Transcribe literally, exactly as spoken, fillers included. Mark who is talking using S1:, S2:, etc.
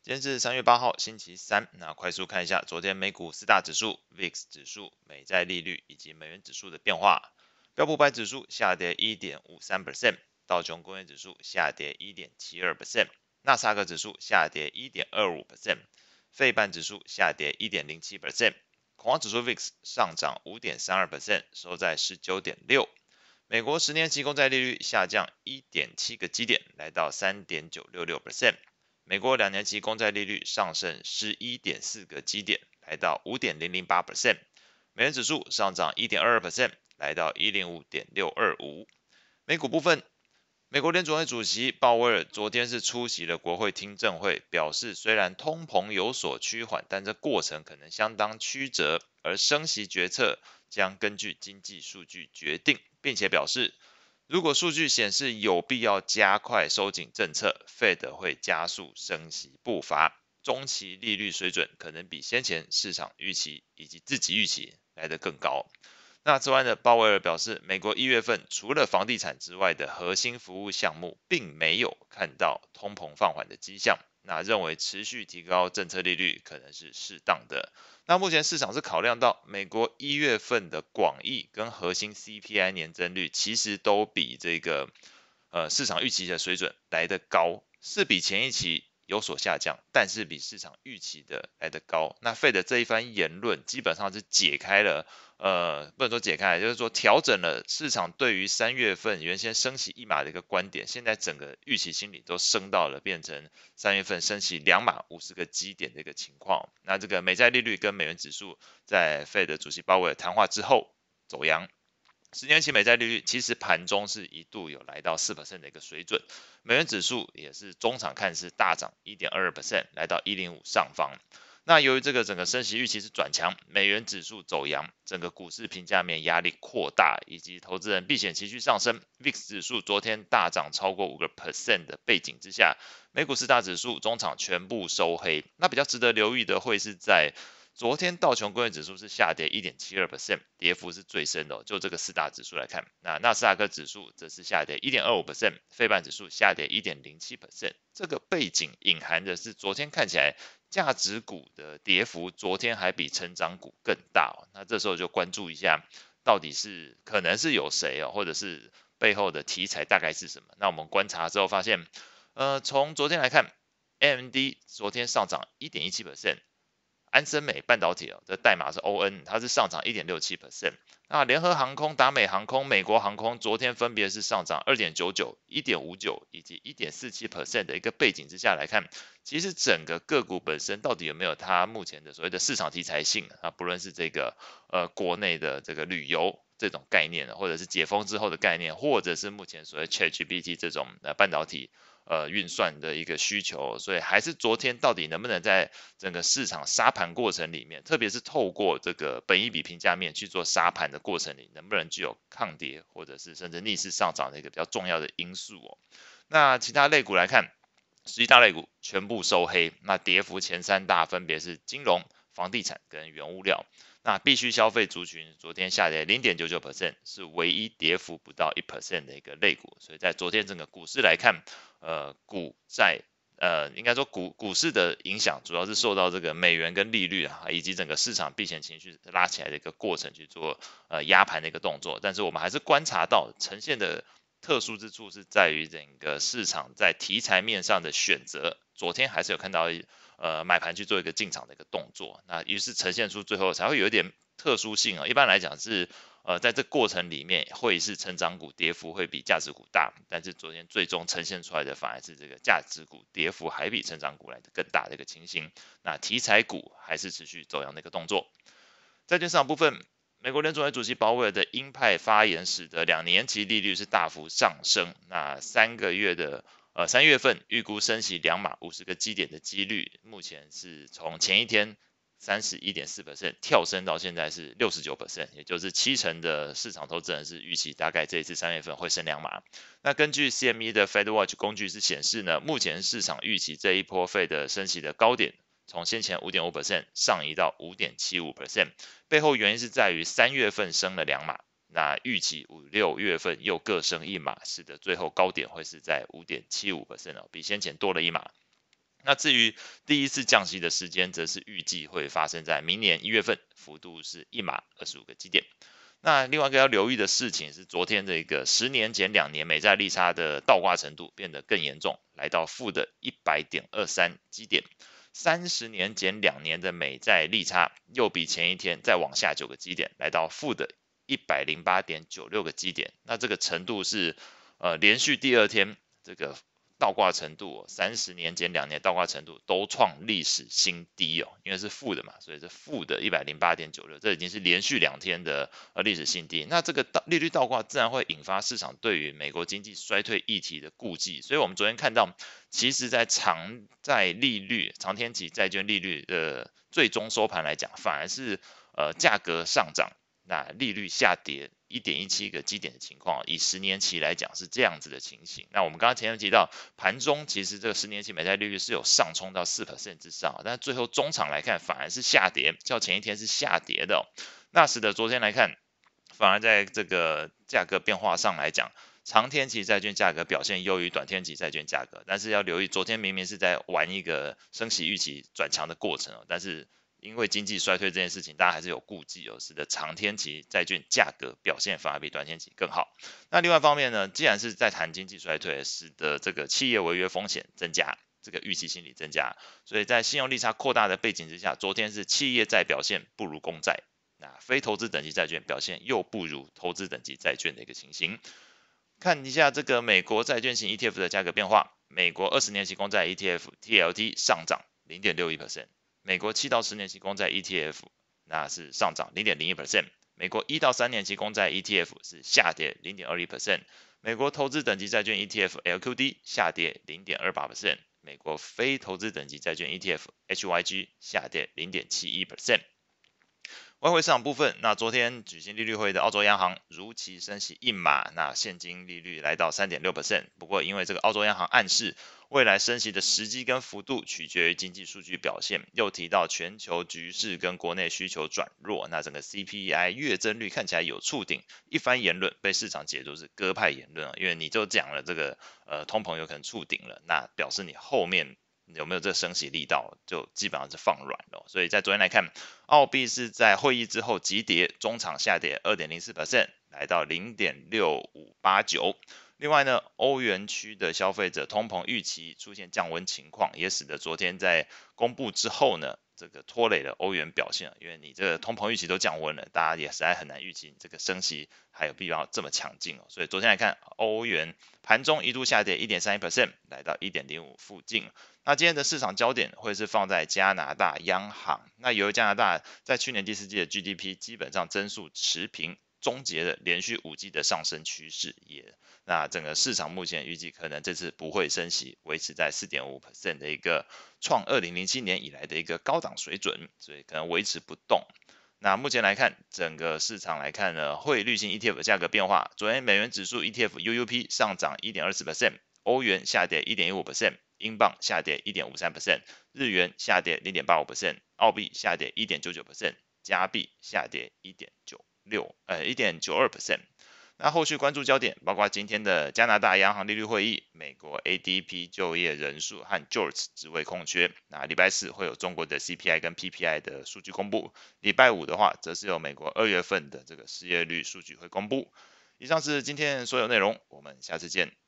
S1: 今天是三月八号，星期三。那快速看一下昨天美股四大指数、V I X 指数、美债利率以及美元指数的变化。标普百指数下跌 一点五三百分， 道琼工业指数下跌 一点七二百分， 纳斯达克指数下跌 一点二五百分， 费半指数下跌 一点零七百分， 恐慌指数 V I X 上涨 五点三二百分， 收在 十九点六。美国十年期公债利率下降 一点七个基点，来到 三点九六六百分。美国两年期公债利率上升 十一点四个基点，来到 五点零零八百分。美元指数上涨 一点二二百分， 来到 一零五点六二五。美股部分，美国联准会主席鲍威尔昨天是出席了国会听证会，表示虽然通膨有所趋缓，但这过程可能相当曲折，而升息决策将根据经济数据决定，并且表示如果数据显示有必要加快收紧政策 ，Fed 会加速升息步伐，中期利率水准可能比先前市场预期以及自己预期来得更高。那此外呢，鲍威尔表示，美国一月份除了房地产之外的核心服务项目，并没有看到通膨放缓的迹象。那认为持续提高政策利率可能是适当的。那目前市场是考量到美国一月份的广义跟核心 C P I 年增率其实都比这个呃市场预期的水准来得高，是比前一期有所下降，但是比市场预期的来得高。那 Fed 这一番言论基本上是解开了，呃，不能说解开，就是说调整了市场对于三月份原先升息一码的一个观点，现在整个预期心理都升到了变成三月份升息两码五十个基点的一个情况。那这个美债利率跟美元指数在 Fed 主席鲍威尔谈话之后走阳。十年期美债利率其实盘中是一度有来到 百分之四 的一个水准，美元指数也是中场看是大涨 一点二二百分， 来到一零五上方。那由于这个整个升息预期是转强，美元指数走阳，整个股市评价面压力扩大，以及投资人避险情绪上升 ，V I X 指数昨天大涨超过 百分之五 的背景之下，美股四大指数中场全部收黑。那比较值得留意的会是在昨天道琼工业指数是下跌 一点七二百分， 跌幅是最深的、哦、就这个四大指数来看，那纳斯达克指数则是下跌 一点二五百分， 费半指数下跌 一点零七百分。这个背景隐含的是昨天看起来价值股的跌幅昨天还比成长股更大、哦、那这时候就关注一下到底是可能是有谁哦，或者是背后的题材大概是什么。那我们观察之后发现，呃，从昨天来看 A M D 昨天上涨 一点一七百分，安森美半导体的代码是 O N， 它是上涨 一点六七百分。那联合航空、达美航空、美国航空昨天分别是上涨 二点九九、一点五九 以及 一点四七百分 的一个背景之下来看，其实整个个股本身到底有没有它目前的所谓的市场题材性啊？不论是这个呃国内的这个旅游这种概念，或者是解封之后的概念，或者是目前所谓 ChatGPT 这种呃半导体呃运算的一个需求，所以还是昨天到底能不能在整个市场杀盘过程里面，特别是透过这个本益比评价面去做杀盘的过程里，能不能具有抗跌或者是甚至逆势上涨的一个比较重要的因素哦。那其他类股来看，十一大类股全部收黑，那跌幅前三大分别是金融、房地产跟原物料。那必须消费族群昨天下跌 零点九九百分， 是唯一跌幅不到 百分之一 的一个类股。所以在昨天整个股市来看，呃，股债呃，应该说股股市的影响主要是受到这个美元跟利率啊，以及整个市场避险情绪拉起来的一个过程去做呃压盘的一个动作。但是我们还是观察到呈现的特殊之处是在于整个市场在题材面上的选择，昨天还是有看到呃买盘去做一个进场的一个动作，那于是呈现出最后才会有一点特殊性啊。一般来讲是呃在这过程里面会是成长股跌幅会比价值股大，但是昨天最终呈现出来的反而是这个价值股跌幅还比成长股来的更大的一个情形。那题材股还是持续走阳的一个动作。债券市场部分，美国联储会主席鲍威尔的鹰派发言使得两年期利率是大幅上升，那三个月的呃三月份预估升息两码五十个基点的几率，目前是从前一天 百分之三十一点四 跳升到现在是 百分之六十九， 也就是七成的市场投资人是预期大概这一次三月份会升两码。那根据 C M E 的 Fed Watch 工具是显示呢，目前市场预期这一波 Fed 升息的高点从先前 百分之五点五 上移到 百分之五点七五， 背后原因是在于三月份升了两码，那预期五六月份又各升一码，使得最后高点会是在 百分之五点七五、哦、比先前多了一码。 那至于第一次降息的时间，则是预计会发生在明年一月份，幅度是一码二十五个基点。那另外一个要留意的事情是，昨天这个十年减两年美债利差的倒挂程度变得更严重，来到负的一百点二三基点。三十年减两年的美债利差又比前一天再往下九个基点，来到负的一百零八点九六个基点。那这个程度是呃连续第二天这个倒挂程度、哦，三十年减两年倒挂程度都创历史新低哦，因为是负的嘛，所以是负的一百零八点九六，这已经是连续两天的呃历史新低。那这个倒利率倒挂自然会引发市场对于美国经济衰退议题的顾忌，所以我们昨天看到，其实在长债利率、长天期债券利率的最终收盘来讲，反而是呃价格上涨，那利率下跌一点一七个基点的情况，以十年期来讲是这样子的情形。那我们刚刚前面提到，盘中其实这个十年期美债利率是有上冲到 百分之四 之上，但是最后中场来看反而是下跌，较前一天是下跌的、哦。那使得昨天来看，反而在这个价格变化上来讲，长天期债券价格表现优于短天期债券价格，但是要留意，昨天明明是在玩一个升息预期转强的过程、哦、但是因为经济衰退这件事情，大家还是有顾忌哦，使得长天期债券价格表现反而比短天期更好。那另外一方面呢，既然是在谈经济衰退，使得这个企业违约风险增加，这个预期心理增加，所以在信用利差扩大的背景之下，昨天是企业债表现不如公债，那非投资等级债券表现又不如投资等级债券的一个情形。看一下这个美国债券型 E T F 的价格变化，美国二十年期公债 E T F T L T 上涨 百分之零点六一， 美国七到十年期公债 E T F 那是上涨 百分之零点零一， 美国一到三年期公债 E T F 是下跌 百分之零点二一， 美国投资等级债券 E T F L Q D 下跌 百分之零点二八， 美国非投资等级债券 E T F H Y G 下跌 百分之零点七一。外汇市场部分，那昨天举行利率会的澳洲央行如期升息一码，那现金利率来到 百分之三点六， 不过因为这个澳洲央行暗示未来升息的时机跟幅度取决于经济数据表现，又提到全球局势跟国内需求转弱，那整个 C P I 月增率看起来有触顶，一番言论被市场解读是鸽派言论，因为你就讲了这个呃通膨有可能触顶了，那表示你后面有没有这升息力道，就基本上是放软了。所以在昨天来看，澳币是在会议之后急跌，中场下跌 百分之二点零四， 来到 零点六五八九。另外呢，欧元区的消费者通膨预期出现降温情况，也使得昨天在公布之后呢，这个拖累了欧元表现，因为你这个通膨预期都降温了，大家也实在很难预期你这个升息还有必要这么强劲哦。所以昨天来看，欧元盘中一度下跌 百分之一点三一， 来到 一点零五 附近。那今天的市场焦点会是放在加拿大央行，那由于加拿大在去年第四季的 G D P 基本上增速持平，终结了连续五季的上升趋势，也那整个市场目前预计可能这次不会升息，维持在 百分之四点五 的一个创二零零七年以来的一个高档水准，所以可能维持不动。那目前来看，整个市场来看呢，汇率型 E T F 的价格变化，昨天美元指数 E T F U U P 上涨 百分之一点二四， 欧元下跌 百分之一点一五， 英镑下跌 百分之一点五三， 日元下跌 零点八五， 澳币下跌 一点九九， 加币下跌 一点九六， 呃 一点九二。 那后续关注焦点包括今天的加拿大央行利率会议、美国 A D P 就业人数和 J O B S 职位空缺。那礼拜四会有中国的 C P I 跟 P P I 的数据公布，礼拜五的话则是有美国二月份的这个失业率数据会公布。以上是今天所有内容，我们下次见。